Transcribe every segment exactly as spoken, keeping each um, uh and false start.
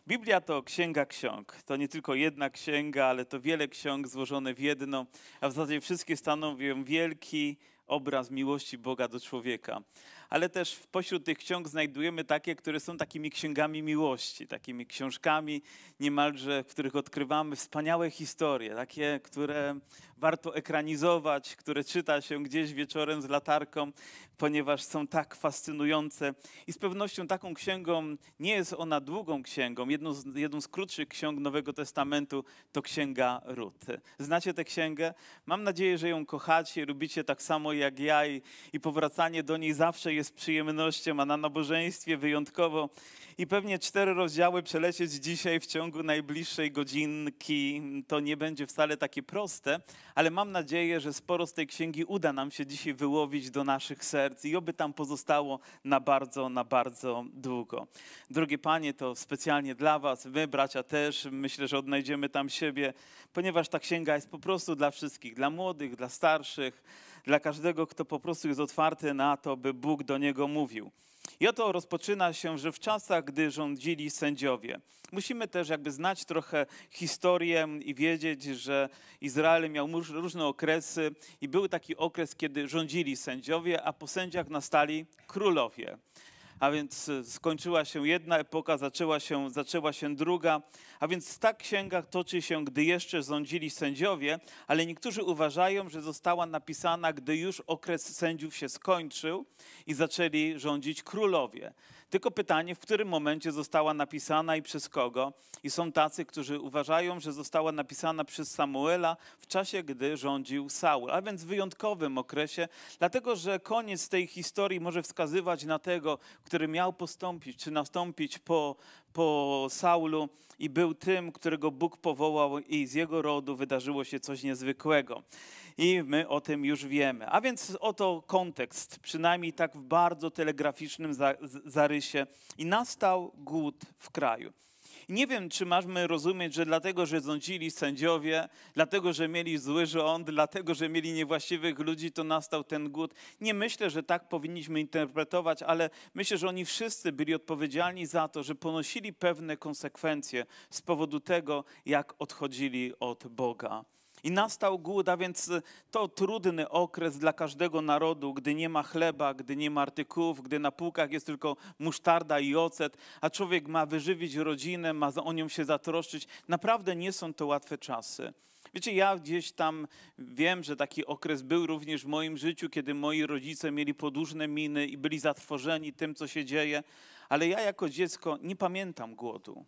Biblia to księga ksiąg. To nie tylko jedna księga, ale to wiele ksiąg złożone w jedno, a w zasadzie wszystkie stanowią wielki obraz miłości Boga do człowieka. Ale też pośród tych ksiąg znajdujemy takie, które są takimi księgami miłości, takimi książkami niemalże, w których odkrywamy wspaniałe historie, takie, które warto ekranizować, które czyta się gdzieś wieczorem z latarką, ponieważ są tak fascynujące. I z pewnością taką księgą, nie jest ona długą księgą, jedną z, jedną z krótszych ksiąg Nowego Testamentu to Księga Rut. Znacie tę księgę? Mam nadzieję, że ją kochacie, lubicie tak samo jak ja i, i powracanie do niej zawsze jest przyjemnością, a na nabożeństwie wyjątkowo. I pewnie cztery rozdziały przelecieć dzisiaj w ciągu najbliższej godzinki to nie będzie wcale takie proste, ale mam nadzieję, że sporo z tej księgi uda nam się dzisiaj wyłowić do naszych serc i oby tam pozostało na bardzo, na bardzo długo. Drogie Panie, to specjalnie dla Was, my bracia też, myślę, że odnajdziemy tam siebie, ponieważ ta księga jest po prostu dla wszystkich, dla młodych, dla starszych, dla każdego, kto po prostu jest otwarty na to, by Bóg do niego mówił. I oto rozpoczyna się, że w czasach, gdy rządzili sędziowie. Musimy też jakby znać trochę historię i wiedzieć, że Izrael miał różne okresy i był taki okres, kiedy rządzili sędziowie, a po sędziach nastali królowie. A więc skończyła się jedna epoka, zaczęła się, zaczęła się druga. A więc ta księga toczy się, gdy jeszcze rządzili sędziowie, ale niektórzy uważają, że została napisana, gdy już okres sędziów się skończył i zaczęli rządzić królowie. Tylko pytanie, w którym momencie została napisana i przez kogo? I są tacy, którzy uważają, że została napisana przez Samuela w czasie, gdy rządził Saul, a więc w wyjątkowym okresie, dlatego że koniec tej historii może wskazywać na tego, który miał postąpić, czy nastąpić po, po Saulu i był tym, którego Bóg powołał i z jego rodu wydarzyło się coś niezwykłego. I my o tym już wiemy. A więc oto kontekst, przynajmniej tak w bardzo telegraficznym zarysie. I nastał głód w kraju. I nie wiem, czy mamy rozumieć, że dlatego, że rządzili sędziowie, dlatego, że mieli zły rząd, dlatego, że mieli niewłaściwych ludzi, to nastał ten głód. Nie myślę, że tak powinniśmy interpretować, ale myślę, że oni wszyscy byli odpowiedzialni za to, że ponosili pewne konsekwencje z powodu tego, jak odchodzili od Boga. I nastał głód, a więc to trudny okres dla każdego narodu, gdy nie ma chleba, gdy nie ma artykułów, gdy na półkach jest tylko musztarda i ocet, a człowiek ma wyżywić rodzinę, ma o nią się zatroszczyć. Naprawdę nie są to łatwe czasy. Wiecie, ja gdzieś tam wiem, że taki okres był również w moim życiu, kiedy moi rodzice mieli podłużne miny i byli zatrwożeni tym, co się dzieje, ale ja jako dziecko nie pamiętam głodu.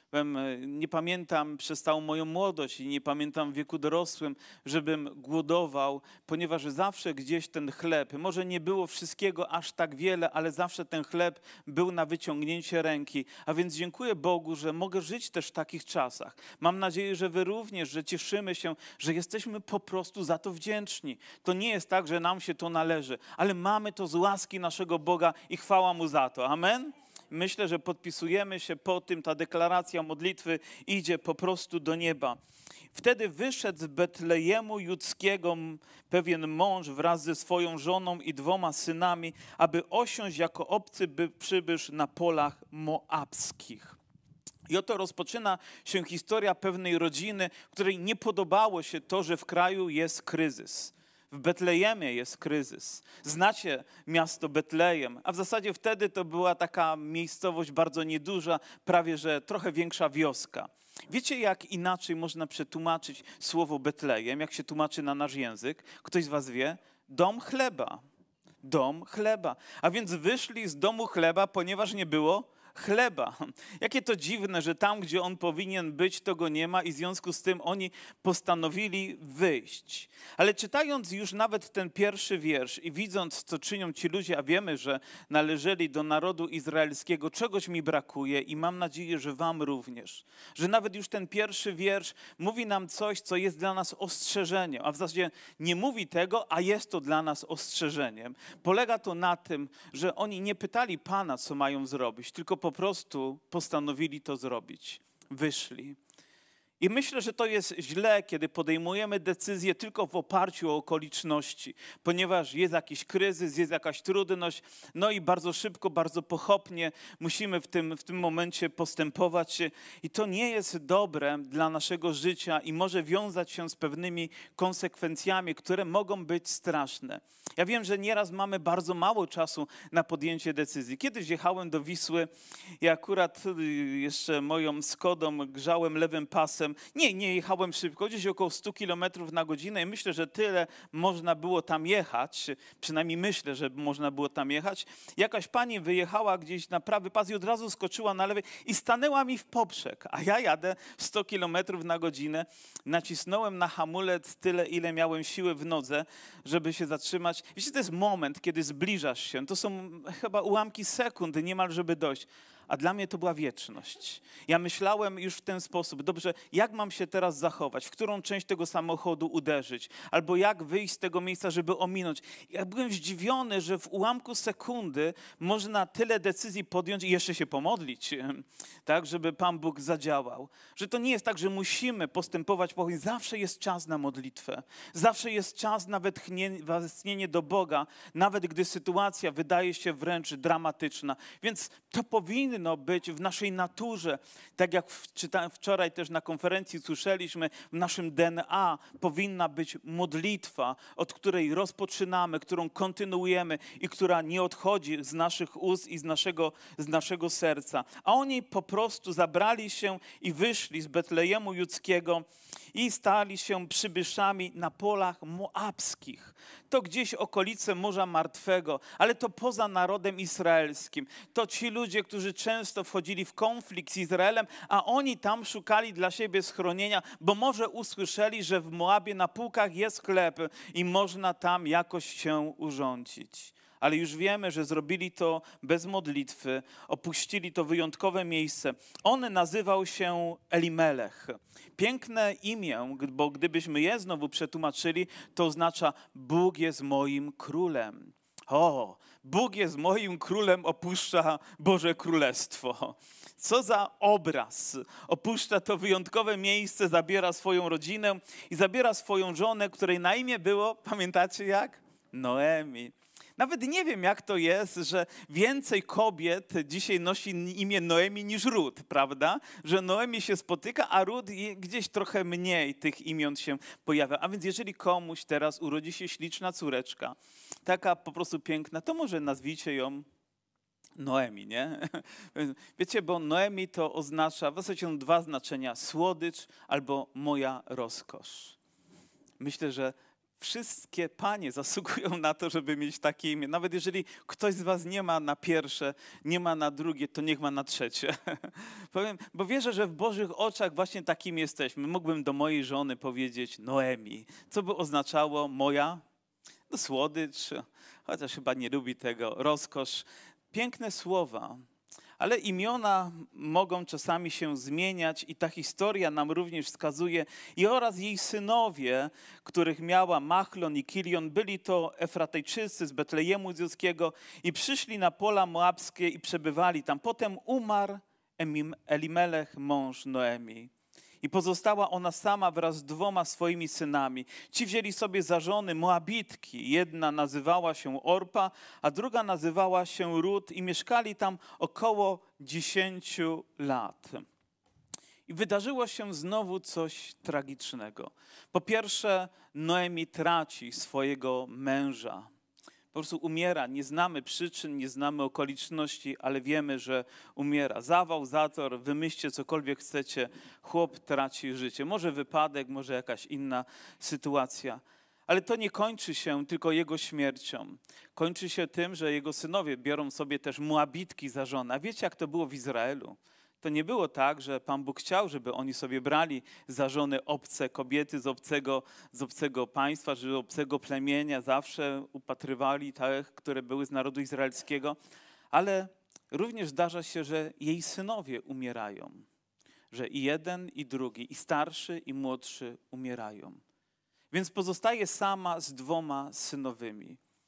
Nie pamiętam przez całą moją młodość i nie pamiętam w wieku dorosłym, żebym głodował, ponieważ zawsze gdzieś ten chleb, może nie było wszystkiego aż tak wiele, ale zawsze ten chleb był na wyciągnięcie ręki. A więc dziękuję Bogu, że mogę żyć też w takich czasach. Mam nadzieję, że wy również, że cieszymy się, że jesteśmy po prostu za to wdzięczni. To nie jest tak, że nam się to należy, ale mamy to z łaski naszego Boga i chwała Mu za to. Amen? Myślę, że podpisujemy się po tym, ta deklaracja modlitwy idzie po prostu do nieba. Wtedy wyszedł z Betlejemu Judzkiego pewien mąż wraz ze swoją żoną i dwoma synami, aby osiąść jako obcy przybysz na polach moabskich. I oto rozpoczyna się historia pewnej rodziny, której nie podobało się to, że w kraju jest kryzys. W Betlejemie jest kryzys. Znacie miasto Betlejem, a w zasadzie wtedy to była taka miejscowość bardzo nieduża, prawie że trochę większa wioska. Wiecie, jak inaczej można przetłumaczyć słowo Betlejem, jak się tłumaczy na nasz język? Ktoś z was wie? Dom chleba. Dom chleba. A więc wyszli z domu chleba, ponieważ nie było chleba. Jakie to dziwne, że tam, gdzie on powinien być, to go nie ma i w związku z tym oni postanowili wyjść. Ale czytając już nawet ten pierwszy wiersz i widząc, co czynią ci ludzie, a wiemy, że należeli do narodu izraelskiego, czegoś mi brakuje i mam nadzieję, że wam również. Że nawet już ten pierwszy wiersz mówi nam coś, co jest dla nas ostrzeżeniem, a w zasadzie nie mówi tego, a jest to dla nas ostrzeżeniem. Polega to na tym, że oni nie pytali Pana, co mają zrobić, tylko po prostu postanowili to zrobić. Wyszli. I myślę, że to jest źle, kiedy podejmujemy decyzje tylko w oparciu o okoliczności, ponieważ jest jakiś kryzys, jest jakaś trudność, no i bardzo szybko, bardzo pochopnie musimy w tym, w tym momencie postępować. I to nie jest dobre dla naszego życia i może wiązać się z pewnymi konsekwencjami, które mogą być straszne. Ja wiem, że nieraz mamy bardzo mało czasu na podjęcie decyzji. Kiedyś jechałem do Wisły i akurat jeszcze moją Skodą grzałem lewym pasem. Nie, nie jechałem szybko, gdzieś około sto kilometrów na godzinę i myślę, że tyle można było tam jechać, przynajmniej myślę, że można było tam jechać. Jakaś pani wyjechała gdzieś na prawy pas i od razu skoczyła na lewy i stanęła mi w poprzek, a ja jadę sto kilometrów na godzinę. Nacisnąłem na hamulec tyle, ile miałem siły w nodze, żeby się zatrzymać. Wiecie, to jest moment, kiedy zbliżasz się. To są chyba ułamki sekund niemal, żeby dojść. A dla mnie to była wieczność. Ja myślałem już w ten sposób, dobrze, jak mam się teraz zachować, w którą część tego samochodu uderzyć, albo jak wyjść z tego miejsca, żeby ominąć. Ja byłem zdziwiony, że w ułamku sekundy można tyle decyzji podjąć i jeszcze się pomodlić, tak, żeby Pan Bóg zadziałał. Że to nie jest tak, że musimy postępować, bo zawsze jest czas na modlitwę. Zawsze jest czas na westchnienie do Boga, nawet gdy sytuacja wydaje się wręcz dramatyczna. Więc to powinno być w naszej naturze, tak jak wczoraj też na konferencji słyszeliśmy, w naszym D N A powinna być modlitwa, od której rozpoczynamy, którą kontynuujemy i która nie odchodzi z naszych ust i z naszego, z naszego serca. A oni po prostu zabrali się i wyszli z Betlejemu Judzkiego i stali się przybyszami na polach moabskich. To gdzieś okolice Morza Martwego, ale to poza narodem izraelskim. To ci ludzie, którzy często wchodzili w konflikt z Izraelem, a oni tam szukali dla siebie schronienia, bo może usłyszeli, że w Moabie na półkach jest chleb i można tam jakoś się urządzić. Ale już wiemy, że zrobili to bez modlitwy, opuścili to wyjątkowe miejsce. On nazywał się Elimelech. Piękne imię, bo gdybyśmy je znowu przetłumaczyli, to oznacza Bóg jest moim królem. O, Bóg jest moim królem, opuszcza Boże Królestwo. Co za obraz. Opuszcza to wyjątkowe miejsce, zabiera swoją rodzinę i zabiera swoją żonę, której na imię było, pamiętacie jak? Noemi. Nawet nie wiem, jak to jest, że więcej kobiet dzisiaj nosi imię Noemi niż Rut, prawda? Że Noemi się spotyka, a Rut gdzieś trochę mniej tych imion się pojawia. A więc jeżeli komuś teraz urodzi się śliczna córeczka, taka po prostu piękna, to może nazwijcie ją Noemi, nie? Wiecie, bo Noemi to oznacza, w zasadzie są dwa znaczenia, słodycz albo moja rozkosz. Myślę, że wszystkie panie zasługują na to, żeby mieć takie imię. Nawet jeżeli ktoś z was nie ma na pierwsze, nie ma na drugie, to niech ma na trzecie. Powiem, bo wierzę, że w Bożych oczach właśnie takim jesteśmy. Mógłbym do mojej żony powiedzieć Noemi. Co by oznaczało moja? No słodycz, chociaż chyba nie lubi tego, rozkosz. Piękne słowa. Ale imiona mogą czasami się zmieniać i ta historia nam również wskazuje i oraz jej synowie, których miała Machlon i Kilion, byli to Efratejczycy z Betlejemu Judzkiego i przyszli na pola moabskie i przebywali tam. Potem umarł Elimelech, mąż Noemi. I pozostała ona sama wraz z dwoma swoimi synami. Ci wzięli sobie za żony Moabitki. Jedna nazywała się Orpa, a druga nazywała się Rut i mieszkali tam około dziesięciu lat. I wydarzyło się znowu coś tragicznego. Po pierwsze, Noemi traci swojego męża. Po prostu umiera. Nie znamy przyczyn, nie znamy okoliczności, ale wiemy, że umiera. Zawał, zator, wymyślcie cokolwiek chcecie. Chłop traci życie. Może wypadek, może jakaś inna sytuacja. Ale to nie kończy się tylko jego śmiercią. Kończy się tym, że jego synowie biorą sobie też Moabitki za żonę. A wiecie, jak to było w Izraelu? To nie było tak, że Pan Bóg chciał, żeby oni sobie brali za żony obce kobiety z obcego, z obcego państwa, z obcego plemienia. Zawsze upatrywali tych, które były z narodu izraelskiego. Ale również zdarza się, że jej synowie umierają. Że i jeden, i drugi, i starszy, i młodszy umierają. Więc pozostaje sama z dwoma synowymi.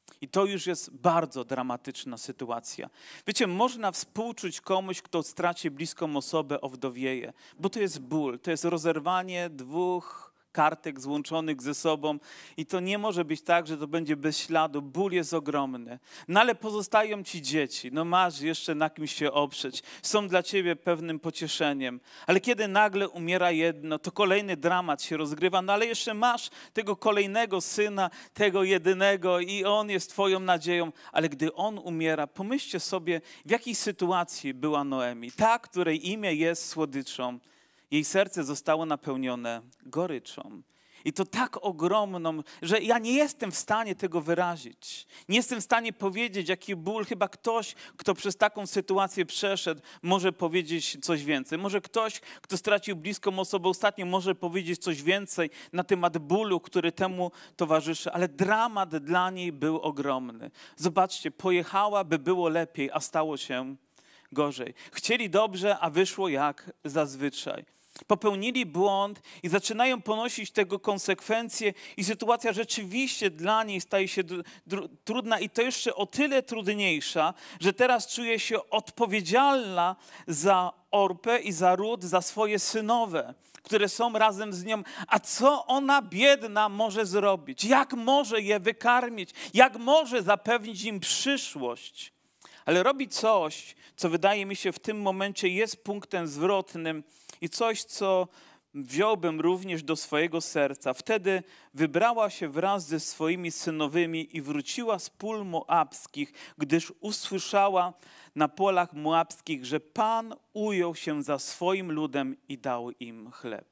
I to już jest bardzo dramatyczna sytuacja. Wiecie, można współczuć komuś, kto straci bliską osobę, owdowieje, bo to jest ból, to jest rozerwanie dwóch kartek złączonych ze sobą i to nie może być tak, że to będzie bez śladu. Ból jest ogromny. No ale pozostają ci dzieci. No masz jeszcze na kimś się oprzeć. Są dla ciebie pewnym pocieszeniem. Ale kiedy nagle umiera jedno, to kolejny dramat się rozgrywa. No ale jeszcze masz tego kolejnego syna, tego jedynego i on jest twoją nadzieją. Ale gdy on umiera, pomyślcie sobie, w jakiej sytuacji była Noemi. Ta, której imię jest słodyczą. Jej serce zostało napełnione goryczą. I to tak ogromną, że ja nie jestem w stanie tego wyrazić. Nie jestem w stanie powiedzieć, jaki ból. Chyba ktoś, kto przez taką sytuację przeszedł, może powiedzieć coś więcej. Może ktoś, kto stracił bliską osobę ostatnio, może powiedzieć coś więcej na temat bólu, który temu towarzyszy. Ale dramat dla niej był ogromny. Zobaczcie, pojechała, by było lepiej, a stało się gorzej. Chcieli dobrze, a wyszło jak zazwyczaj. Popełnili błąd i zaczynają ponosić tego konsekwencje i sytuacja rzeczywiście dla niej staje się trudna i to jeszcze o tyle trudniejsza, że teraz czuje się odpowiedzialna za Orpę i za Rut, za swoje synowe, które są razem z nią. A co ona biedna może zrobić? Jak może je wykarmić? Jak może zapewnić im przyszłość? Ale robi coś, co wydaje mi się w tym momencie jest punktem zwrotnym i coś, co wziąłbym również do swojego serca. Wtedy wybrała się wraz ze swoimi synowymi i wróciła z pól moabskich, gdyż usłyszała na polach moabskich, że Pan ujął się za swoim ludem i dał im chleb.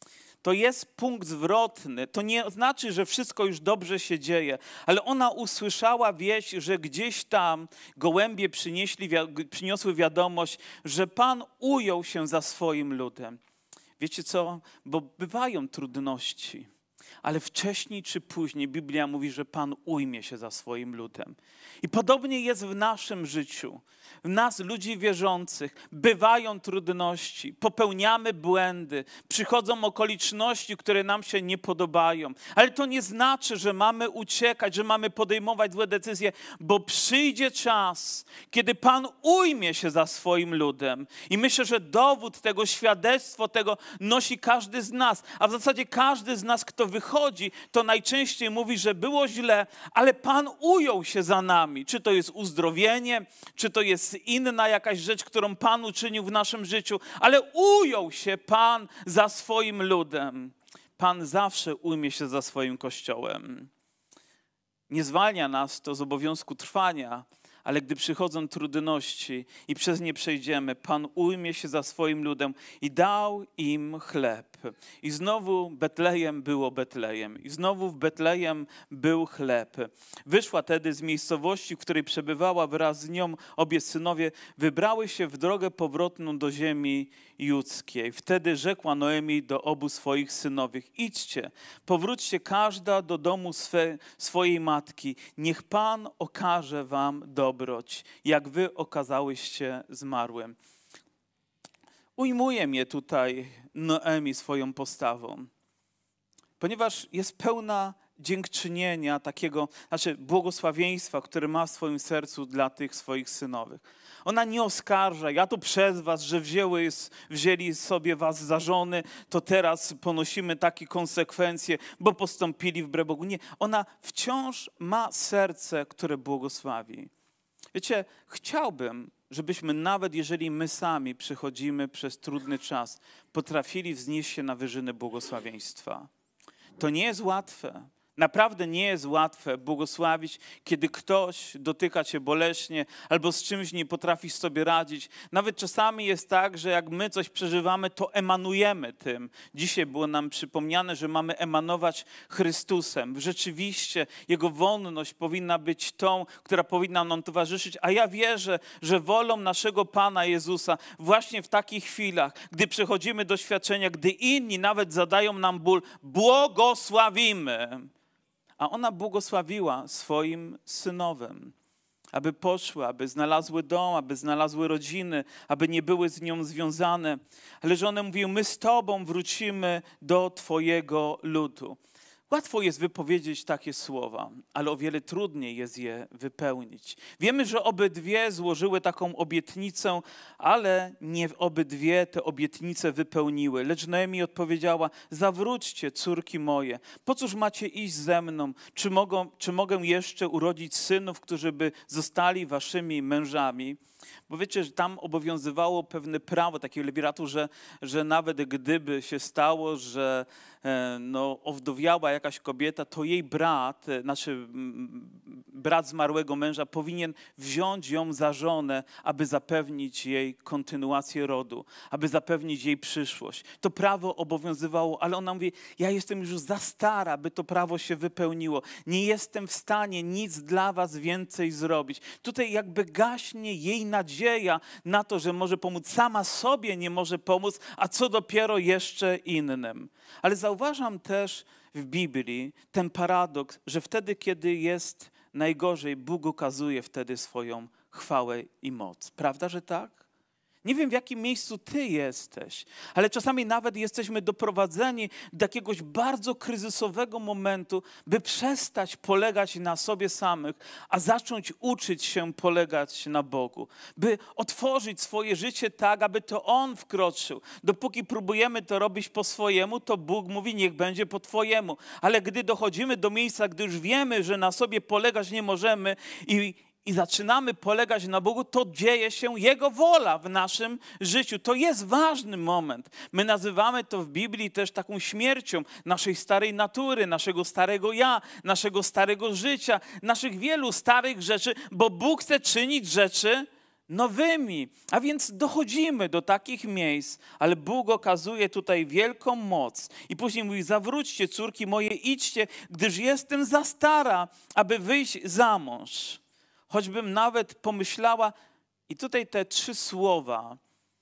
To jest punkt zwrotny. To nie znaczy, że wszystko już dobrze się dzieje, ale ona usłyszała wieść, że gdzieś tam gołębie przynieśli, przyniosły wiadomość, że Pan ujął się za swoim ludem. Wiecie co? Bo bywają trudności, ale wcześniej czy później Biblia mówi, że Pan ujmie się za swoim ludem. I podobnie jest w naszym życiu. W nas, ludzi wierzących, bywają trudności, popełniamy błędy, przychodzą okoliczności, które nam się nie podobają. Ale to nie znaczy, że mamy uciekać, że mamy podejmować złe decyzje, bo przyjdzie czas, kiedy Pan ujmie się za swoim ludem. I myślę, że dowód tego, świadectwo tego nosi każdy z nas. A w zasadzie każdy z nas, kto wychodzi, to najczęściej mówi, że było źle, ale Pan ujął się za nami. Czy to jest uzdrowienie, czy to jest inna jakaś rzecz, którą Pan uczynił w naszym życiu, ale ujął się Pan za swoim ludem. Pan zawsze ujmie się za swoim Kościołem. Nie zwalnia nas to z obowiązku trwania, ale gdy przychodzą trudności i przez nie przejdziemy, Pan ujmie się za swoim ludem i dał im chleb. I znowu Betlejem było Betlejem. I znowu w Betlejem był chleb. Wyszła tedy z miejscowości, w której przebywała wraz z nią obie synowie, wybrały się w drogę powrotną do ziemi judzkiej. Wtedy rzekła Noemi do obu swoich synowych: idźcie, powróćcie każda do domu swe, swojej matki. Niech Pan okaże wam dobroć, jak wy okazałyście zmarłym. Ujmuje mnie tutaj Noemi swoją postawą, ponieważ jest pełna dziękczynienia, takiego, znaczy błogosławieństwa, które ma w swoim sercu dla tych swoich synowych. Ona nie oskarża, ja to przez was, że wzięły, wzięli sobie was za żony, to teraz ponosimy takie konsekwencje, bo postąpili wbrew Bogu. Nie, ona wciąż ma serce, które błogosławi. Wiecie, chciałbym, żebyśmy nawet jeżeli my sami przechodzimy przez trudny czas, potrafili wznieść się na wyżyny błogosławieństwa. To nie jest łatwe. Naprawdę nie jest łatwe błogosławić, kiedy ktoś dotyka cię boleśnie albo z czymś nie potrafisz sobie radzić. Nawet czasami jest tak, że jak my coś przeżywamy, to emanujemy tym. Dzisiaj było nam przypomniane, że mamy emanować Chrystusem. Rzeczywiście Jego wolność powinna być tą, która powinna nam towarzyszyć, a ja wierzę, że wolą naszego Pana Jezusa właśnie w takich chwilach, gdy przechodzimy doświadczenia, gdy inni nawet zadają nam ból, błogosławimy. A ona błogosławiła swoim synowym, aby poszły, aby znalazły dom, aby znalazły rodziny, aby nie były z nią związane. Ale że one mówiły: my z Tobą wrócimy do Twojego ludu. Łatwo jest wypowiedzieć takie słowa, ale o wiele trudniej jest je wypełnić. Wiemy, że obydwie złożyły taką obietnicę, ale nie obydwie te obietnice wypełniły. Lecz Noemi odpowiedziała: zawróćcie, córki moje, po cóż macie iść ze mną? Czy mogą, czy mogę jeszcze urodzić synów, którzy by zostali waszymi mężami? Bo wiecie, że tam obowiązywało pewne prawo takiego lewiratu, że, że nawet gdyby się stało, że e, no, owdowiała jakaś kobieta, to jej brat, e, znaczy m, brat zmarłego męża powinien wziąć ją za żonę, aby zapewnić jej kontynuację rodu, aby zapewnić jej przyszłość. To prawo obowiązywało, ale ona mówi: ja jestem już za stara, by to prawo się wypełniło. Nie jestem w stanie nic dla was więcej zrobić. Tutaj jakby gaśnie jej nadzieja na to, że może pomóc. Sama sobie nie może pomóc, a co dopiero jeszcze innym. Ale zauważam też w Biblii ten paradoks, że wtedy, kiedy jest najgorzej, Bóg okazuje wtedy swoją chwałę i moc. Prawda, że tak? Nie wiem, w jakim miejscu ty jesteś, ale czasami nawet jesteśmy doprowadzeni do jakiegoś bardzo kryzysowego momentu, by przestać polegać na sobie samych, a zacząć uczyć się polegać na Bogu. By otworzyć swoje życie tak, aby to On wkroczył. Dopóki próbujemy to robić po swojemu, to Bóg mówi: niech będzie po twojemu. Ale gdy dochodzimy do miejsca, gdy już wiemy, że na sobie polegać nie możemy i I zaczynamy polegać na Bogu, to dzieje się Jego wola w naszym życiu. To jest ważny moment. My nazywamy to w Biblii też taką śmiercią naszej starej natury, naszego starego ja, naszego starego życia, naszych wielu starych rzeczy, bo Bóg chce czynić rzeczy nowymi. A więc dochodzimy do takich miejsc, ale Bóg okazuje tutaj wielką moc. I później mówi: zawróćcie, córki moje, idźcie, gdyż jestem za stara, aby wyjść za mąż. Choćbym nawet pomyślała, i tutaj te trzy słowa,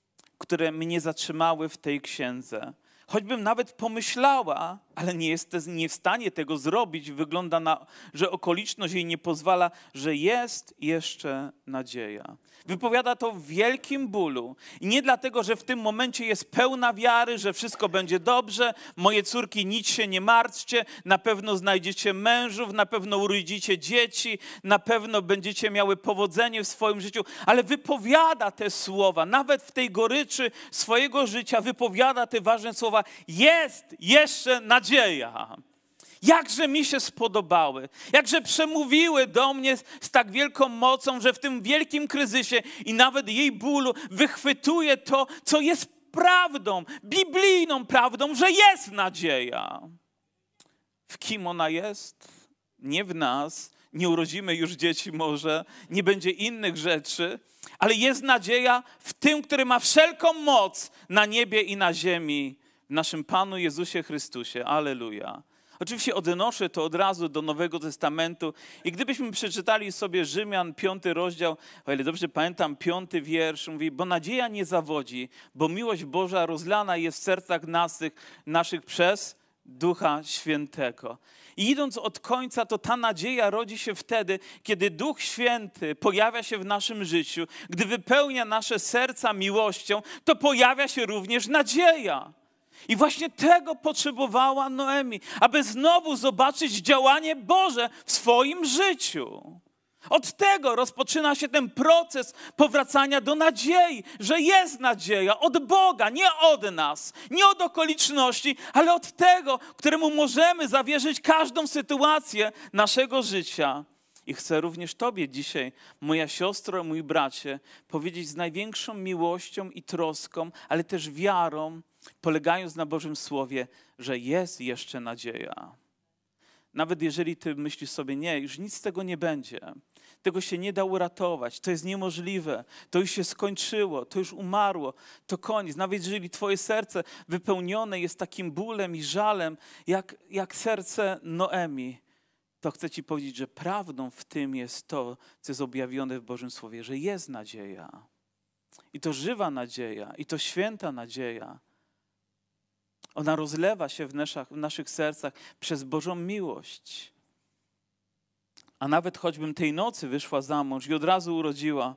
które mnie zatrzymały w tej księdze. Choćbym nawet pomyślała, ale nie jestem nie w stanie tego zrobić, wygląda na, że okoliczność jej nie pozwala, że jest jeszcze nadzieja. Wypowiada to w wielkim bólu. I nie dlatego, że w tym momencie jest pełna wiary, że wszystko będzie dobrze. Moje córki, nic się nie martwcie. Na pewno znajdziecie mężów, na pewno urodzicie dzieci, na pewno będziecie miały powodzenie w swoim życiu. Ale wypowiada te słowa, nawet w tej goryczy swojego życia wypowiada te ważne słowa. Jest jeszcze nadzieja. Jakże mi się spodobały, jakże przemówiły do mnie z tak wielką mocą, że w tym wielkim kryzysie i nawet jej bólu wychwytuje to, co jest prawdą, biblijną prawdą, że jest nadzieja. W kim ona jest? Nie w nas, nie urodzimy już dzieci może, nie będzie innych rzeczy, ale jest nadzieja w tym, który ma wszelką moc na niebie i na ziemi, w naszym Panu Jezusie Chrystusie. Alleluja. Oczywiście odnoszę to od razu do Nowego Testamentu i gdybyśmy przeczytali sobie Rzymian, piąty rozdział, o ile dobrze pamiętam, piąty wiersz, mówi: bo nadzieja nie zawodzi, bo miłość Boża rozlana jest w sercach naszych, naszych przez Ducha Świętego. I idąc od końca, to ta nadzieja rodzi się wtedy, kiedy Duch Święty pojawia się w naszym życiu, gdy wypełnia nasze serca miłością, to pojawia się również nadzieja. I właśnie tego potrzebowała Noemi, aby znowu zobaczyć działanie Boże w swoim życiu. Od tego rozpoczyna się ten proces powracania do nadziei, że jest nadzieja od Boga, nie od nas, nie od okoliczności, ale od tego, któremu możemy zawierzyć każdą sytuację naszego życia. I chcę również Tobie dzisiaj, moja siostro, mój bracie, powiedzieć z największą miłością i troską, ale też wiarą, polegając na Bożym Słowie, że jest jeszcze nadzieja. Nawet jeżeli ty myślisz sobie: nie, już nic z tego nie będzie, tego się nie da uratować, to jest niemożliwe, to już się skończyło, to już umarło, to koniec. Nawet jeżeli twoje serce wypełnione jest takim bólem i żalem, jak, jak serce Noemi, to chcę ci powiedzieć, że prawdą w tym jest to, co jest objawione w Bożym Słowie, że jest nadzieja. I to żywa nadzieja, i to święta nadzieja. Ona rozlewa się w naszych, w naszych sercach przez Bożą miłość. A nawet choćbym tej nocy wyszła za mąż i od razu urodziła,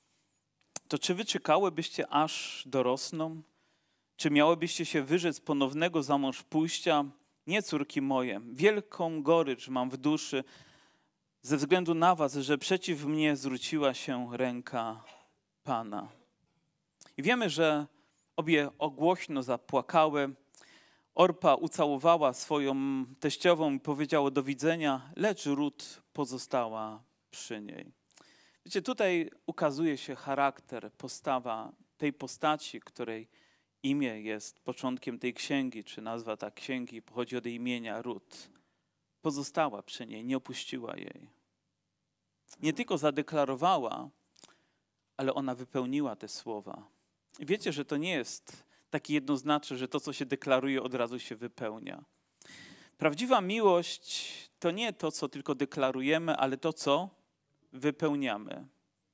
to czy wy czekałybyście, aż dorosną? Czy miałybyście się wyrzec ponownego za mąż pójścia Nie, córki moje, wielką gorycz mam w duszy ze względu na was, że przeciw mnie zwróciła się ręka Pana. I wiemy, że obie głośno zapłakały. Orpa ucałowała swoją teściową i powiedziała do widzenia, lecz Rut pozostała przy niej. Wiecie, tutaj ukazuje się charakter, postawa tej postaci, której imię jest początkiem tej księgi, czy nazwa ta księgi pochodzi od jej imienia Rut. Pozostała przy niej, nie opuściła jej. Nie tylko zadeklarowała, ale ona wypełniła te słowa. I wiecie, że to nie jest takie jednoznaczne, że to, co się deklaruje, od razu się wypełnia. Prawdziwa miłość to nie to, co tylko deklarujemy, ale to, co wypełniamy.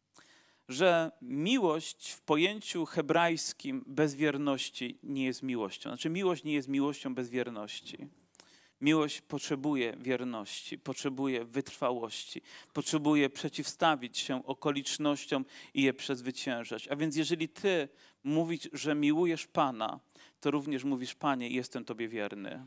Że miłość w pojęciu hebrajskim bez wierności nie jest miłością. Znaczy miłość nie jest miłością bez wierności. Miłość potrzebuje wierności, potrzebuje wytrwałości, potrzebuje przeciwstawić się okolicznościom i je przezwyciężać. A więc jeżeli ty mówisz, że miłujesz Pana, to również mówisz, Panie, jestem Tobie wierny.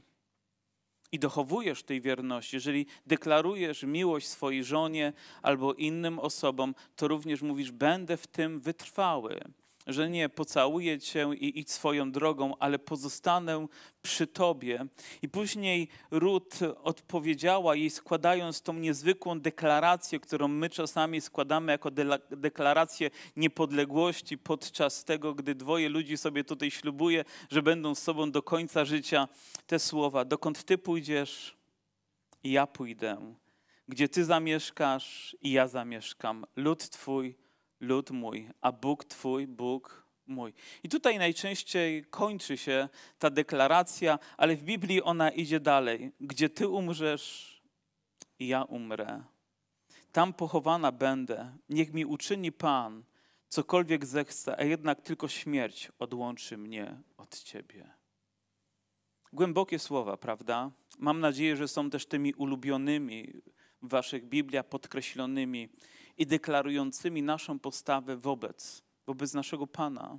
I dochowujesz tej wierności. Jeżeli deklarujesz miłość swojej żonie albo innym osobom, to również mówisz, będę w tym wytrwały. Że nie pocałuję cię i idź swoją drogą, ale pozostanę przy tobie. I później Rut odpowiedziała jej, składając tą niezwykłą deklarację, którą my czasami składamy jako de- deklarację niepodległości podczas tego, gdy dwoje ludzi sobie tutaj ślubuje, że będą z sobą do końca życia. Te słowa, dokąd ty pójdziesz, i ja pójdę. Gdzie ty zamieszkasz, i ja zamieszkam. Lud twój, lud mój, a Bóg twój, Bóg mój. I tutaj najczęściej kończy się ta deklaracja, ale w Biblii ona idzie dalej. Gdzie ty umrzesz, ja umrę. Tam pochowana będę. Niech mi uczyni Pan, cokolwiek zechce, a jednak tylko śmierć odłączy mnie od ciebie. Głębokie słowa, prawda? Mam nadzieję, że są też tymi ulubionymi w waszych Bibliach, podkreślonymi i deklarującymi naszą postawę wobec, wobec naszego Pana.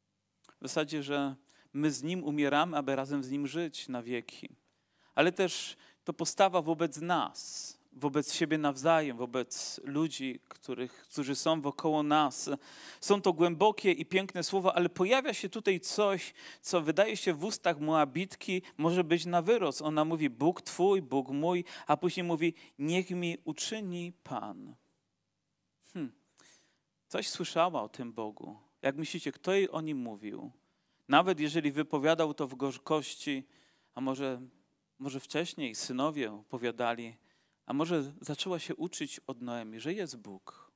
W zasadzie, że my z Nim umieramy, aby razem z Nim żyć na wieki. Ale też to postawa wobec nas, wobec siebie nawzajem, wobec ludzi, których, którzy są wokoło nas. Są to głębokie i piękne słowa, ale pojawia się tutaj coś, co wydaje się w ustach Moabitki może być na wyrost. Ona mówi, Bóg twój, Bóg mój, a później mówi, niech mi uczyni Pan. Hmm. Coś słyszała o tym Bogu. Jak myślicie, kto jej o nim mówił? Nawet jeżeli wypowiadał to w gorzkości, a może, może wcześniej synowie opowiadali, a może zaczęła się uczyć od Noemi, że jest Bóg.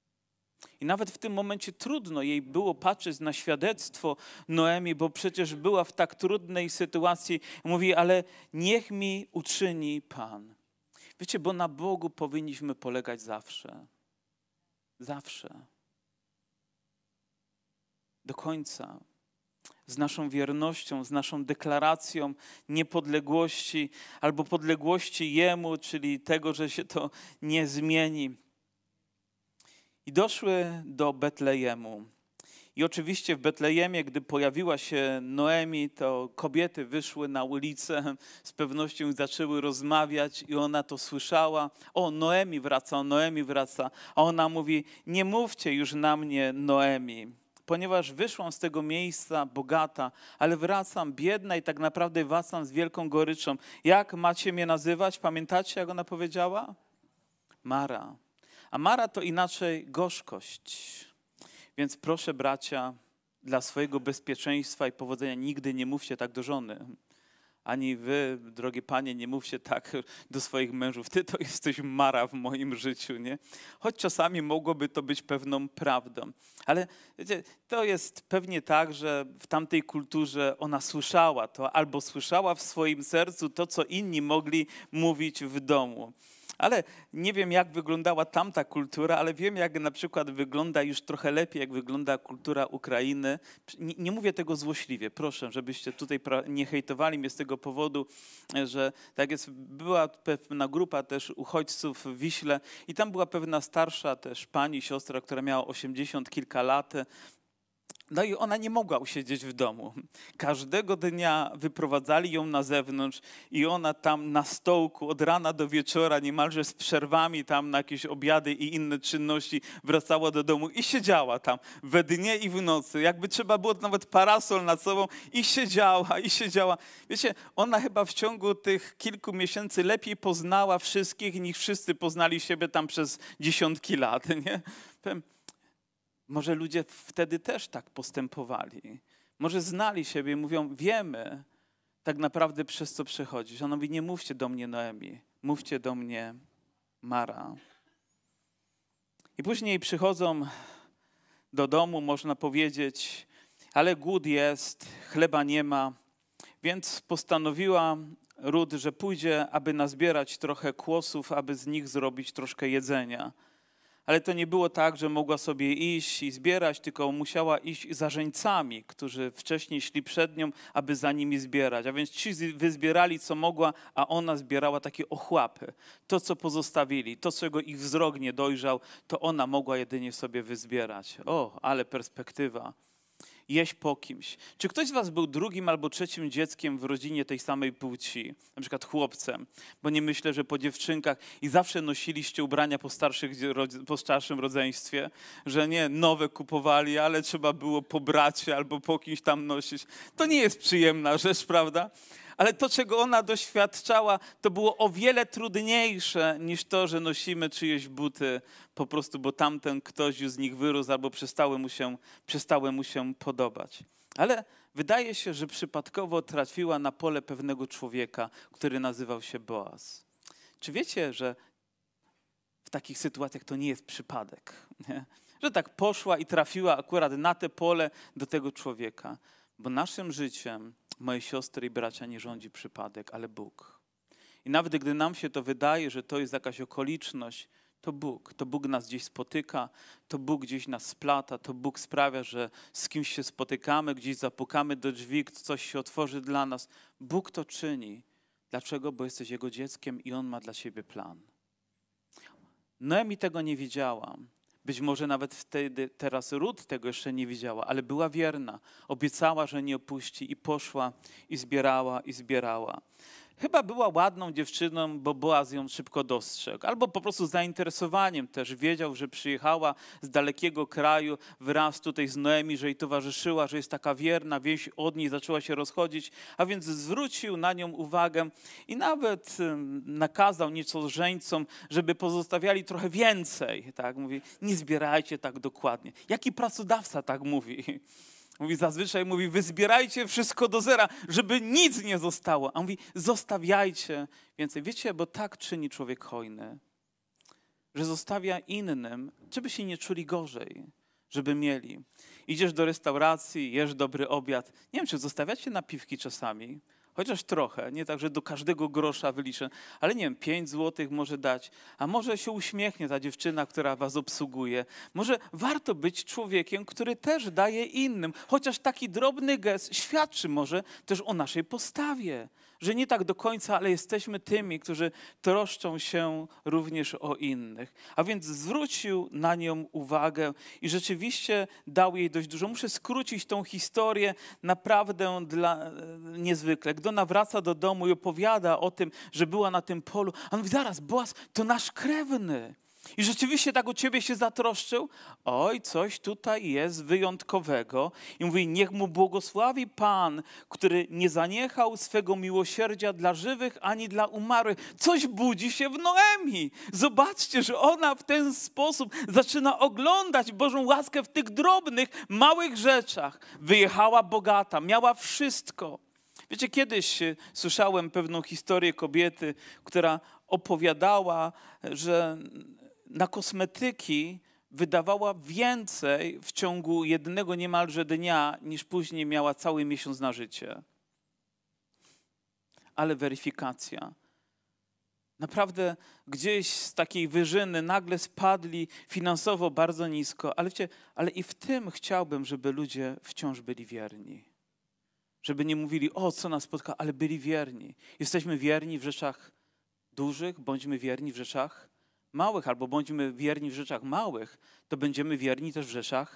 I nawet w tym momencie trudno jej było patrzeć na świadectwo Noemi, bo przecież była w tak trudnej sytuacji. Mówi, ale niech mi uczyni Pan. Wiecie, bo na Bogu powinniśmy polegać zawsze. Zawsze. Do końca. Z naszą wiernością, z naszą deklaracją niepodległości albo podległości Jemu, czyli tego, że się to nie zmieni. I doszły do Betlejemu. I oczywiście w Betlejemie, gdy pojawiła się Noemi, to kobiety wyszły na ulicę, z pewnością zaczęły rozmawiać i ona to słyszała. O, Noemi wraca, Noemi wraca. A ona mówi, nie mówcie już na mnie Noemi, ponieważ wyszłam z tego miejsca bogata, ale wracam biedna i tak naprawdę wracam z wielką goryczą. Jak macie mnie nazywać? Pamiętacie, jak ona powiedziała? Mara. A Mara to inaczej gorzkość. Więc proszę bracia, dla swojego bezpieczeństwa i powodzenia nigdy nie mówcie tak do żony. Ani wy, drogie panie, nie mówcie tak do swoich mężów. Ty to jesteś Mara w moim życiu, nie? Choć czasami mogłoby to być pewną prawdą. Ale wiecie, to jest pewnie tak, że w tamtej kulturze ona słyszała to, albo słyszała w swoim sercu to, co inni mogli mówić w domu. Ale nie wiem, jak wyglądała tamta kultura, ale wiem, jak na przykład wygląda już trochę lepiej, jak wygląda kultura Ukrainy. Nie, nie mówię tego złośliwie, proszę, żebyście tutaj nie hejtowali mnie z tego powodu, że tak jest, była pewna grupa też uchodźców w Wiśle i tam była pewna starsza też pani, siostra, która miała osiemdziesiąt kilka lat. No i ona nie mogła usiedzieć w domu. Każdego dnia wyprowadzali ją na zewnątrz i ona tam na stołku od rana do wieczora, niemalże z przerwami tam na jakieś obiady i inne czynności, wracała do domu i siedziała tam we dnie i w nocy. Jakby trzeba było nawet parasol nad sobą i siedziała, i siedziała. Wiecie, ona chyba w ciągu tych kilku miesięcy lepiej poznała wszystkich, niż wszyscy poznali siebie tam przez dziesiątki lat, nie? Może ludzie wtedy też tak postępowali. Może znali siebie i mówią, wiemy tak naprawdę przez co przechodzisz. Ona mówi, nie mówcie do mnie Noemi, mówcie do mnie Mara. I później przychodzą do domu, można powiedzieć, ale głód jest, chleba nie ma, więc postanowiła Rut, że pójdzie, aby nazbierać trochę kłosów, aby z nich zrobić troszkę jedzenia. Ale to nie było tak, że mogła sobie iść i zbierać, tylko musiała iść za żeńcami, którzy wcześniej szli przed nią, aby za nimi zbierać. A więc ci wyzbierali, co mogła, a ona zbierała takie ochłapy. To, co pozostawili, to, czego ich wzrok nie dojrzał, to ona mogła jedynie sobie wyzbierać. O, ale perspektywa. Jeść po kimś. Czy ktoś z was był drugim albo trzecim dzieckiem w rodzinie tej samej płci? Na przykład chłopcem, bo nie myślę, że po dziewczynkach i zawsze nosiliście ubrania po, starszych, po starszym rodzeństwie, że nie nowe kupowali, ale trzeba było po bracie albo po kimś tam nosić. To nie jest przyjemna rzecz, prawda? Ale to, czego ona doświadczała, to było o wiele trudniejsze niż to, że nosimy czyjeś buty, po prostu, bo tamten ktoś z nich wyrósł albo przestały mu się, przestały mu się podobać. Ale wydaje się, że przypadkowo trafiła na pole pewnego człowieka, który nazywał się Boaz. Czy wiecie, że w takich sytuacjach to nie jest przypadek, nie? Że tak poszła i trafiła akurat na te pole do tego człowieka? Bo naszym życiem, moje siostry i bracia, nie rządzi przypadek, ale Bóg. I nawet gdy nam się to wydaje, że to jest jakaś okoliczność, to Bóg. To Bóg nas gdzieś spotyka, to Bóg gdzieś nas splata, to Bóg sprawia, że z kimś się spotykamy, gdzieś zapukamy do drzwi, coś się otworzy dla nas. Bóg to czyni. Dlaczego? Bo jesteś Jego dzieckiem i On ma dla ciebie plan. Noemi tego nie wiedziała. Być może nawet wtedy, teraz Rut tego jeszcze nie widziała, ale była wierna. Obiecała, że nie opuści i poszła i zbierała i zbierała. Chyba była ładną dziewczyną, bo Boaz ją szybko dostrzegł. Albo po prostu zainteresowaniem też wiedział, że przyjechała z dalekiego kraju wraz tutaj z Noemi, że jej towarzyszyła, że jest taka wierna, wieś od niej zaczęła się rozchodzić, a więc zwrócił na nią uwagę i nawet nakazał nieco żeńcom, żeby pozostawiali trochę więcej. Tak? Mówi, nie zbierajcie tak dokładnie. Jaki pracodawca tak mówi? Mówi, zazwyczaj mówi, wy zbierajcie wszystko do zera, żeby nic nie zostało. A on mówi, zostawiajcie więcej. Wiecie, bo tak czyni człowiek hojny, że zostawia innym, żeby się nie czuli gorzej, żeby mieli. Idziesz do restauracji, jesz dobry obiad. Nie wiem, czy zostawiacie napiwki czasami, chociaż trochę, nie tak, że do każdego grosza wyliczę, ale nie wiem, pięć złotych może dać, a może się uśmiechnie ta dziewczyna, która was obsługuje. Może warto być człowiekiem, który też daje innym, chociaż taki drobny gest świadczy może też o naszej postawie, że nie tak do końca, ale jesteśmy tymi, którzy troszczą się również o innych. A więc zwrócił na nią uwagę i rzeczywiście dał jej dość dużo. Muszę skrócić tą historię naprawdę dla, niezwykle. Gdy ona wraca do domu i opowiada o tym, że była na tym polu, a on mówi, zaraz, Boaz, to nasz krewny. I rzeczywiście tak o ciebie się zatroszczył? Oj, coś tutaj jest wyjątkowego. I mówi, niech mu błogosławi Pan, który nie zaniechał swego miłosierdzia dla żywych ani dla umarłych. Coś budzi się w Noemi. Zobaczcie, że ona w ten sposób zaczyna oglądać Bożą łaskę w tych drobnych, małych rzeczach. Wyjechała bogata, miała wszystko. Wiecie, kiedyś słyszałem pewną historię kobiety, która opowiadała, że na kosmetyki wydawała więcej w ciągu jednego niemalże dnia, niż później miała cały miesiąc na życie. Ale weryfikacja. Naprawdę gdzieś z takiej wyżyny nagle spadli finansowo bardzo nisko, ale wiecie, ale i w tym chciałbym, żeby ludzie wciąż byli wierni. Żeby nie mówili, o co nas spotka, ale byli wierni. Jesteśmy wierni w rzeczach dużych, bądźmy wierni w rzeczach małych, albo bądźmy wierni w rzeczach małych, to będziemy wierni też w rzeczach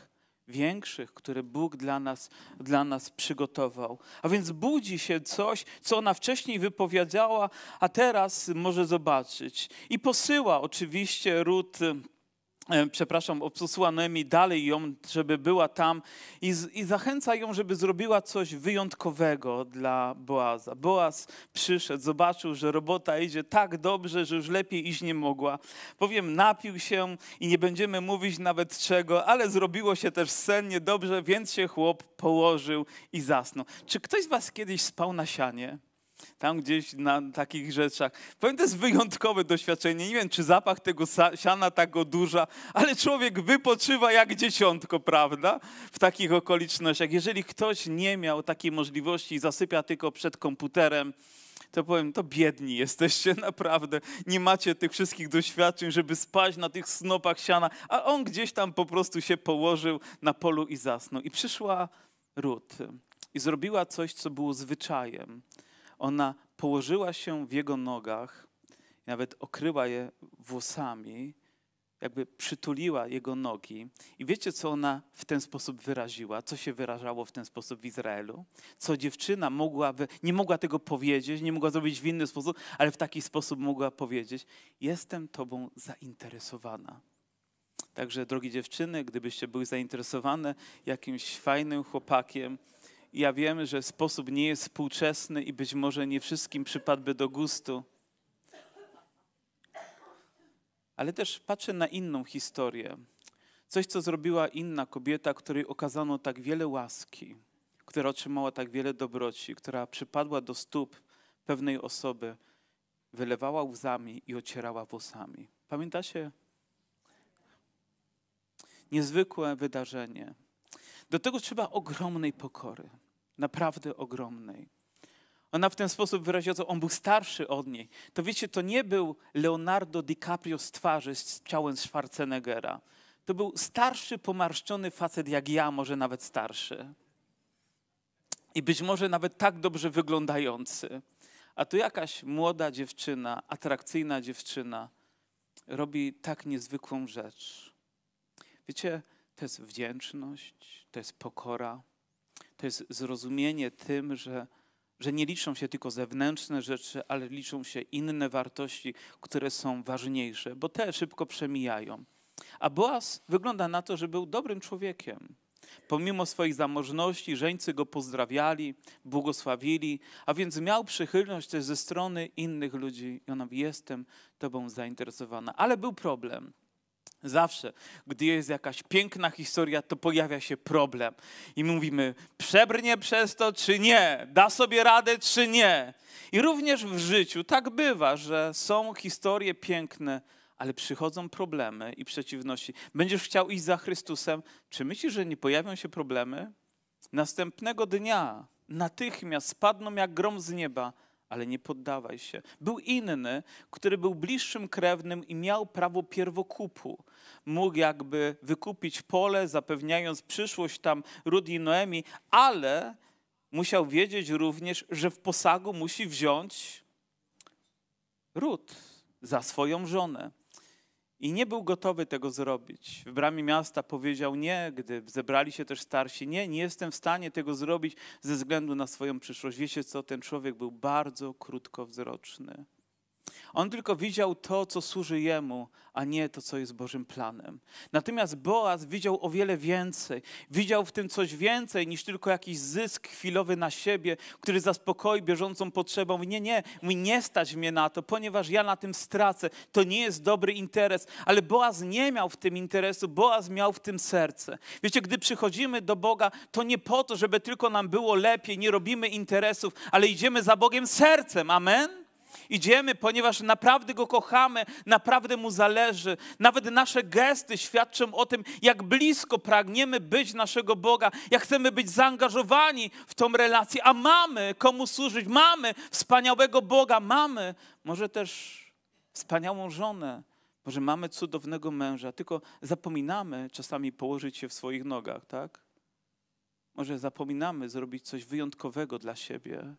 większych, które Bóg dla nas, dla nas przygotował. A więc budzi się coś, co ona wcześniej wypowiedziała, a teraz może zobaczyć. I posyła oczywiście Rut, e, przepraszam, posłała Noemi dalej ją, żeby była tam i, z, i zachęca ją, żeby zrobiła coś wyjątkowego dla Boaza. Boaz przyszedł, zobaczył, że robota idzie tak dobrze, że już lepiej iść nie mogła. Powiem, napił się i nie będziemy mówić nawet czego, ale zrobiło się też sennie dobrze, więc się chłop położył i zasnął. Czy ktoś z was kiedyś spał na sianie? Tam gdzieś na takich rzeczach. Powiem, to jest wyjątkowe doświadczenie. Nie wiem, czy zapach tego siana tak odurza, ale człowiek wypoczywa jak dzieciątko, prawda? W takich okolicznościach. Jeżeli ktoś nie miał takiej możliwości i zasypia tylko przed komputerem, to powiem, to biedni jesteście naprawdę. Nie macie tych wszystkich doświadczeń, żeby spać na tych snopach siana, a on gdzieś tam po prostu się położył na polu i zasnął. I przyszła Rut i zrobiła coś, co było zwyczajem. Ona położyła się w jego nogach, nawet okryła je włosami, jakby przytuliła jego nogi. I wiecie, co ona w ten sposób wyraziła? Co się wyrażało w ten sposób w Izraelu? Co dziewczyna mogła, nie mogła tego powiedzieć, nie mogła zrobić w inny sposób, ale w taki sposób mogła powiedzieć: jestem tobą zainteresowana. Także, drogie dziewczyny, gdybyście były zainteresowane jakimś fajnym chłopakiem, ja wiem, że sposób nie jest współczesny i być może nie wszystkim przypadłby do gustu. Ale też patrzę na inną historię. Coś, co zrobiła inna kobieta, której okazano tak wiele łaski, która otrzymała tak wiele dobroci, która przypadła do stóp pewnej osoby, wylewała łzami i ocierała włosami. Pamiętacie? Niezwykłe wydarzenie. Do tego trzeba ogromnej pokory, naprawdę ogromnej. Ona w ten sposób wyraziła, że on był starszy od niej. To wiecie, to nie był Leonardo DiCaprio z twarzy, z ciałem Schwarzeneggera. To był starszy, pomarszczony facet jak ja, może nawet starszy. I być może nawet tak dobrze wyglądający. A tu jakaś młoda dziewczyna, atrakcyjna dziewczyna robi tak niezwykłą rzecz. Wiecie, to jest wdzięczność, to jest pokora, to jest zrozumienie tym, że, że nie liczą się tylko zewnętrzne rzeczy, ale liczą się inne wartości, które są ważniejsze, bo te szybko przemijają. A Boaz wygląda na to, że był dobrym człowiekiem. Pomimo swojej zamożności, żeńcy go pozdrawiali, błogosławili, a więc miał przychylność też ze strony innych ludzi. I ona mówi: jestem tobą zainteresowana. Ale był problem. Zawsze, gdy jest jakaś piękna historia, to pojawia się problem. I mówimy: przebrnie przez to, czy nie? Da sobie radę, czy nie? I również w życiu tak bywa, że są historie piękne, ale przychodzą problemy i przeciwności. Będziesz chciał iść za Chrystusem, czy myślisz, że nie pojawią się problemy? Następnego dnia natychmiast spadną jak grom z nieba, ale nie poddawaj się. Był inny, który był bliższym krewnym i miał prawo pierwokupu. Mógł jakby wykupić pole, zapewniając przyszłość tam Rut i Noemi, ale musiał wiedzieć również, że w posagu musi wziąć Rut za swoją żonę. I nie był gotowy tego zrobić. W bramie miasta powiedział nie, gdy zebrali się też starsi. Nie, nie jestem w stanie tego zrobić ze względu na swoją przyszłość. Wiecie co? Ten człowiek był bardzo krótkowzroczny. On tylko widział to, co służy jemu, a nie to, co jest Bożym planem. Natomiast Boaz widział o wiele więcej. Widział w tym coś więcej niż tylko jakiś zysk chwilowy na siebie, który zaspokoi bieżącą potrzebą. Nie, nie, mówi: nie stać mnie na to, ponieważ ja na tym stracę. To nie jest dobry interes. Ale Boaz nie miał w tym interesu, Boaz miał w tym serce. Wiecie, gdy przychodzimy do Boga, to nie po to, żeby tylko nam było lepiej, nie robimy interesów, ale idziemy za Bogiem sercem. Amen? Idziemy, ponieważ naprawdę Go kochamy, naprawdę Mu zależy. Nawet nasze gesty świadczą o tym, jak blisko pragniemy być naszego Boga, jak chcemy być zaangażowani w tą relację, a mamy komu służyć, mamy wspaniałego Boga, mamy może też wspaniałą żonę, może mamy cudownego męża, tylko zapominamy czasami położyć się w swoich nogach, tak? Może zapominamy zrobić coś wyjątkowego dla siebie.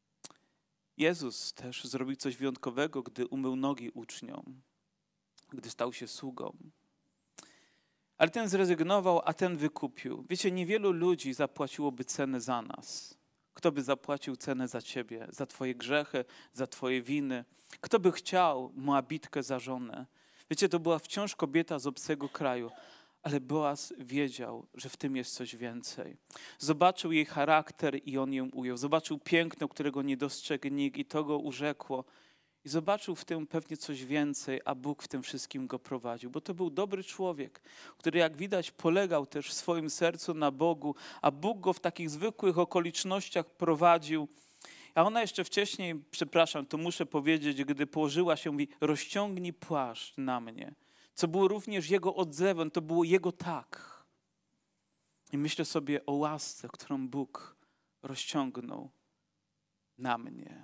Jezus też zrobił coś wyjątkowego, gdy umył nogi uczniom, gdy stał się sługą. Ale ten zrezygnował, a ten wykupił. Wiecie, niewielu ludzi zapłaciłoby cenę za nas. Kto by zapłacił cenę za ciebie, za twoje grzechy, za twoje winy? Kto by chciał Moabitkę za żonę? Wiecie, to była wciąż kobieta z obcego kraju, ale Boaz wiedział, że w tym jest coś więcej. Zobaczył jej charakter i on ją ujął. Zobaczył piękno, którego nie dostrzegł nikt i to go urzekło. I zobaczył w tym pewnie coś więcej, a Bóg w tym wszystkim go prowadził. Bo to był dobry człowiek, który jak widać polegał też w swoim sercu na Bogu, a Bóg go w takich zwykłych okolicznościach prowadził. A ona jeszcze wcześniej, przepraszam, to muszę powiedzieć, gdy położyła się, mówi, rozciągnij płaszcz na mnie. Co było również jego odzewem, to było jego tak. I myślę sobie o łasce, którą Bóg rozciągnął na mnie.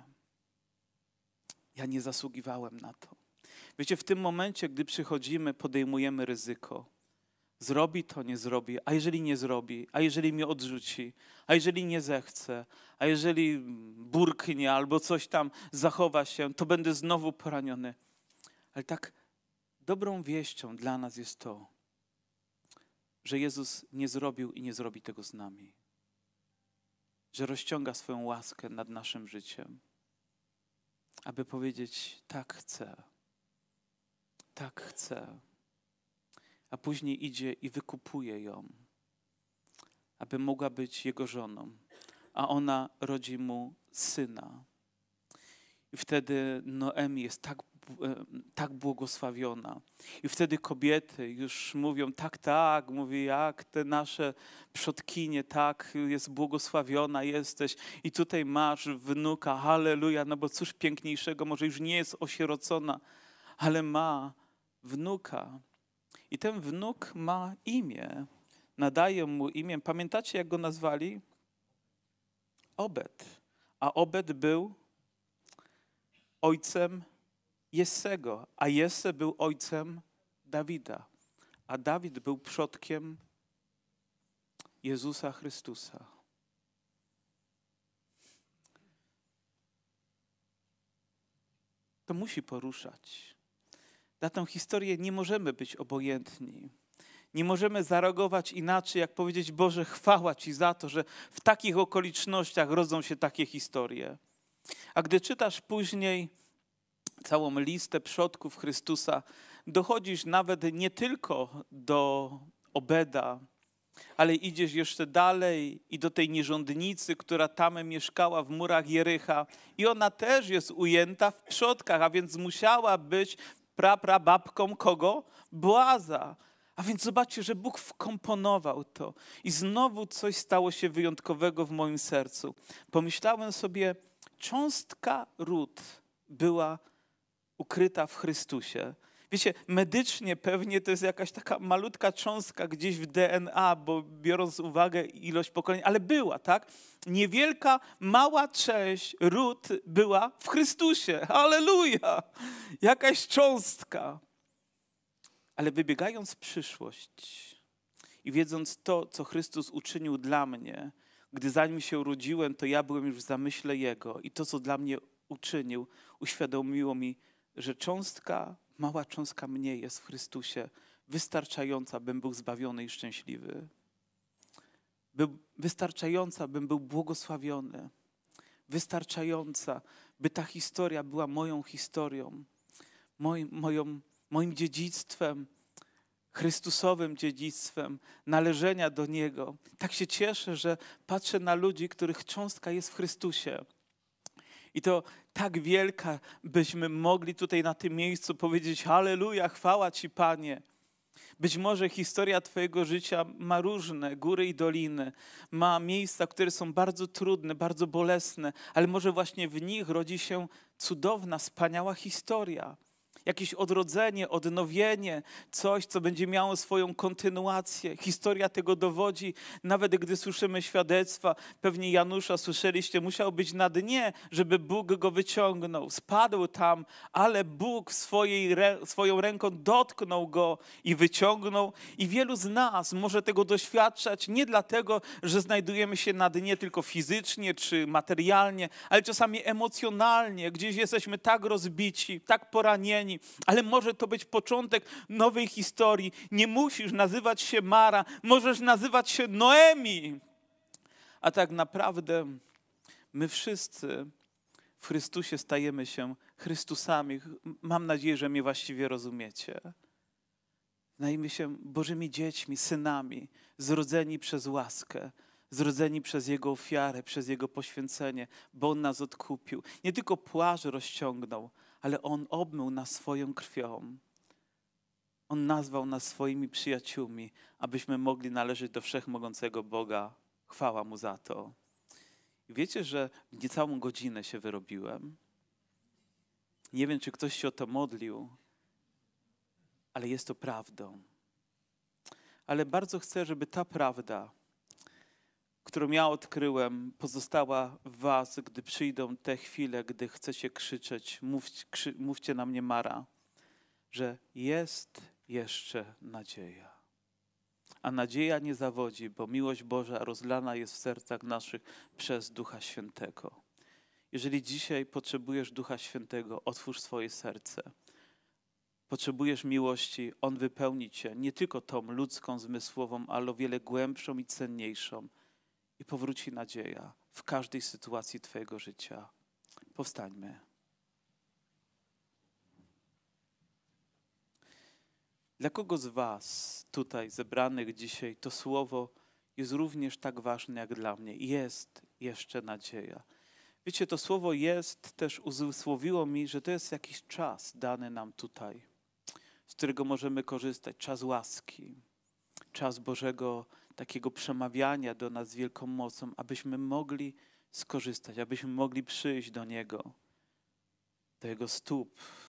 Ja nie zasługiwałem na to. Wiecie, w tym momencie, gdy przychodzimy, podejmujemy ryzyko. Zrobi to, nie zrobi. A jeżeli nie zrobi? A jeżeli mnie odrzuci? A jeżeli nie zechce? A jeżeli burknie albo coś tam zachowa się, to będę znowu poraniony. Ale tak dobrą wieścią dla nas jest to, że Jezus nie zrobił i nie zrobi tego z nami. Że rozciąga swoją łaskę nad naszym życiem. Aby powiedzieć, tak chcę, tak chcę. A później idzie i wykupuje ją, aby mogła być jego żoną. A ona rodzi mu syna. I wtedy Noemi jest tak, tak błogosławiona. I wtedy kobiety już mówią, tak, tak, mówi, jak te nasze przodkinie, tak, jest błogosławiona jesteś. I tutaj masz wnuka, halleluja, no bo cóż piękniejszego, może już nie jest osierocona, ale ma wnuka. I ten wnuk ma imię, nadają mu imię. Pamiętacie, jak go nazwali? Obed. A Obed był ojcem Jessego, a Jesse był ojcem Dawida, a Dawid był przodkiem Jezusa Chrystusa. To musi poruszać. Na tę historię nie możemy być obojętni. Nie możemy zareagować inaczej, jak powiedzieć, Boże, chwała Ci za to, że w takich okolicznościach rodzą się takie historie. A gdy czytasz później całą listę przodków Chrystusa, dochodzisz nawet nie tylko do Obeda, ale idziesz jeszcze dalej i do tej nierządnicy, która tam mieszkała w murach Jericha. I ona też jest ujęta w przodkach, a więc musiała być praprababką kogo? Boaza. A więc zobaczcie, że Bóg wkomponował to. I znowu coś stało się wyjątkowego w moim sercu. Pomyślałem sobie, cząstka ród była ukryta w Chrystusie. Wiecie, medycznie pewnie to jest jakaś taka malutka cząstka gdzieś w D N A, bo biorąc uwagę ilość pokoleń, ale była, tak? Niewielka, mała część ród była w Chrystusie. Halleluja! Jakaś cząstka. Ale wybiegając w przyszłość i wiedząc to, co Chrystus uczynił dla mnie, gdy zanim się urodziłem, to ja byłem już w zamyśle Jego i to, co dla mnie uczynił, uświadomiło mi, że cząstka, mała cząstka mnie jest w Chrystusie, wystarczająca, bym był zbawiony i szczęśliwy. By, wystarczająca, bym był błogosławiony. Wystarczająca, by ta historia była moją historią, moim, moją, moim dziedzictwem, Chrystusowym dziedzictwem, należenia do Niego. Tak się cieszę, że patrzę na ludzi, których cząstka jest w Chrystusie. I to tak wielka, byśmy mogli tutaj na tym miejscu powiedzieć halleluja, chwała Ci, Panie. Być może historia Twojego życia ma różne góry i doliny, ma miejsca, które są bardzo trudne, bardzo bolesne, ale może właśnie w nich rodzi się cudowna, wspaniała historia. Jakieś odrodzenie, odnowienie, coś, co będzie miało swoją kontynuację. Historia tego dowodzi, nawet gdy słyszymy świadectwa, pewnie Janusza słyszeliście, musiał być na dnie, żeby Bóg go wyciągnął. Spadł tam, ale Bóg swojej, swoją ręką dotknął go i wyciągnął. I wielu z nas może tego doświadczać nie dlatego, że znajdujemy się na dnie tylko fizycznie czy materialnie, ale czasami emocjonalnie. Gdzieś jesteśmy tak rozbici, tak poranieni, pełni, ale może to być początek nowej historii. Nie musisz nazywać się Mara, możesz nazywać się Noemi. A tak naprawdę my wszyscy w Chrystusie stajemy się Chrystusami. Mam nadzieję, że mnie właściwie rozumiecie. Stajemy się Bożymi dziećmi, synami, zrodzeni przez łaskę, zrodzeni przez Jego ofiarę, przez Jego poświęcenie, bo On nas odkupił. Nie tylko płaszcz rozciągnął, ale On obmył nas swoją krwią. On nazwał nas swoimi przyjaciółmi, abyśmy mogli należeć do wszechmogącego Boga. Chwała Mu za to. I wiecie, że w niecałą godzinę się wyrobiłem. Nie wiem, czy ktoś się o to modlił, ale jest to prawdą. Ale bardzo chcę, żeby ta prawda, którą ja odkryłem, pozostała w was, gdy przyjdą te chwile, gdy chcecie krzyczeć, mówcie, krzy, mówcie na mnie Mara, że jest jeszcze nadzieja. A nadzieja nie zawodzi, bo miłość Boża rozlana jest w sercach naszych przez Ducha Świętego. Jeżeli dzisiaj potrzebujesz Ducha Świętego, otwórz swoje serce. Potrzebujesz miłości, On wypełni cię, nie tylko tą ludzką, zmysłową, ale o wiele głębszą i cenniejszą. I powróci nadzieja w każdej sytuacji twojego życia. Powstańmy. Dla kogo z was tutaj zebranych dzisiaj to słowo jest również tak ważne jak dla mnie? Jest jeszcze nadzieja. Wiecie, to słowo jest też uzmysłowiło mi, że to jest jakiś czas dany nam tutaj, z którego możemy korzystać. Czas łaski, czas Bożego takiego przemawiania do nas z wielką mocą, abyśmy mogli skorzystać, abyśmy mogli przyjść do Niego, do Jego stóp,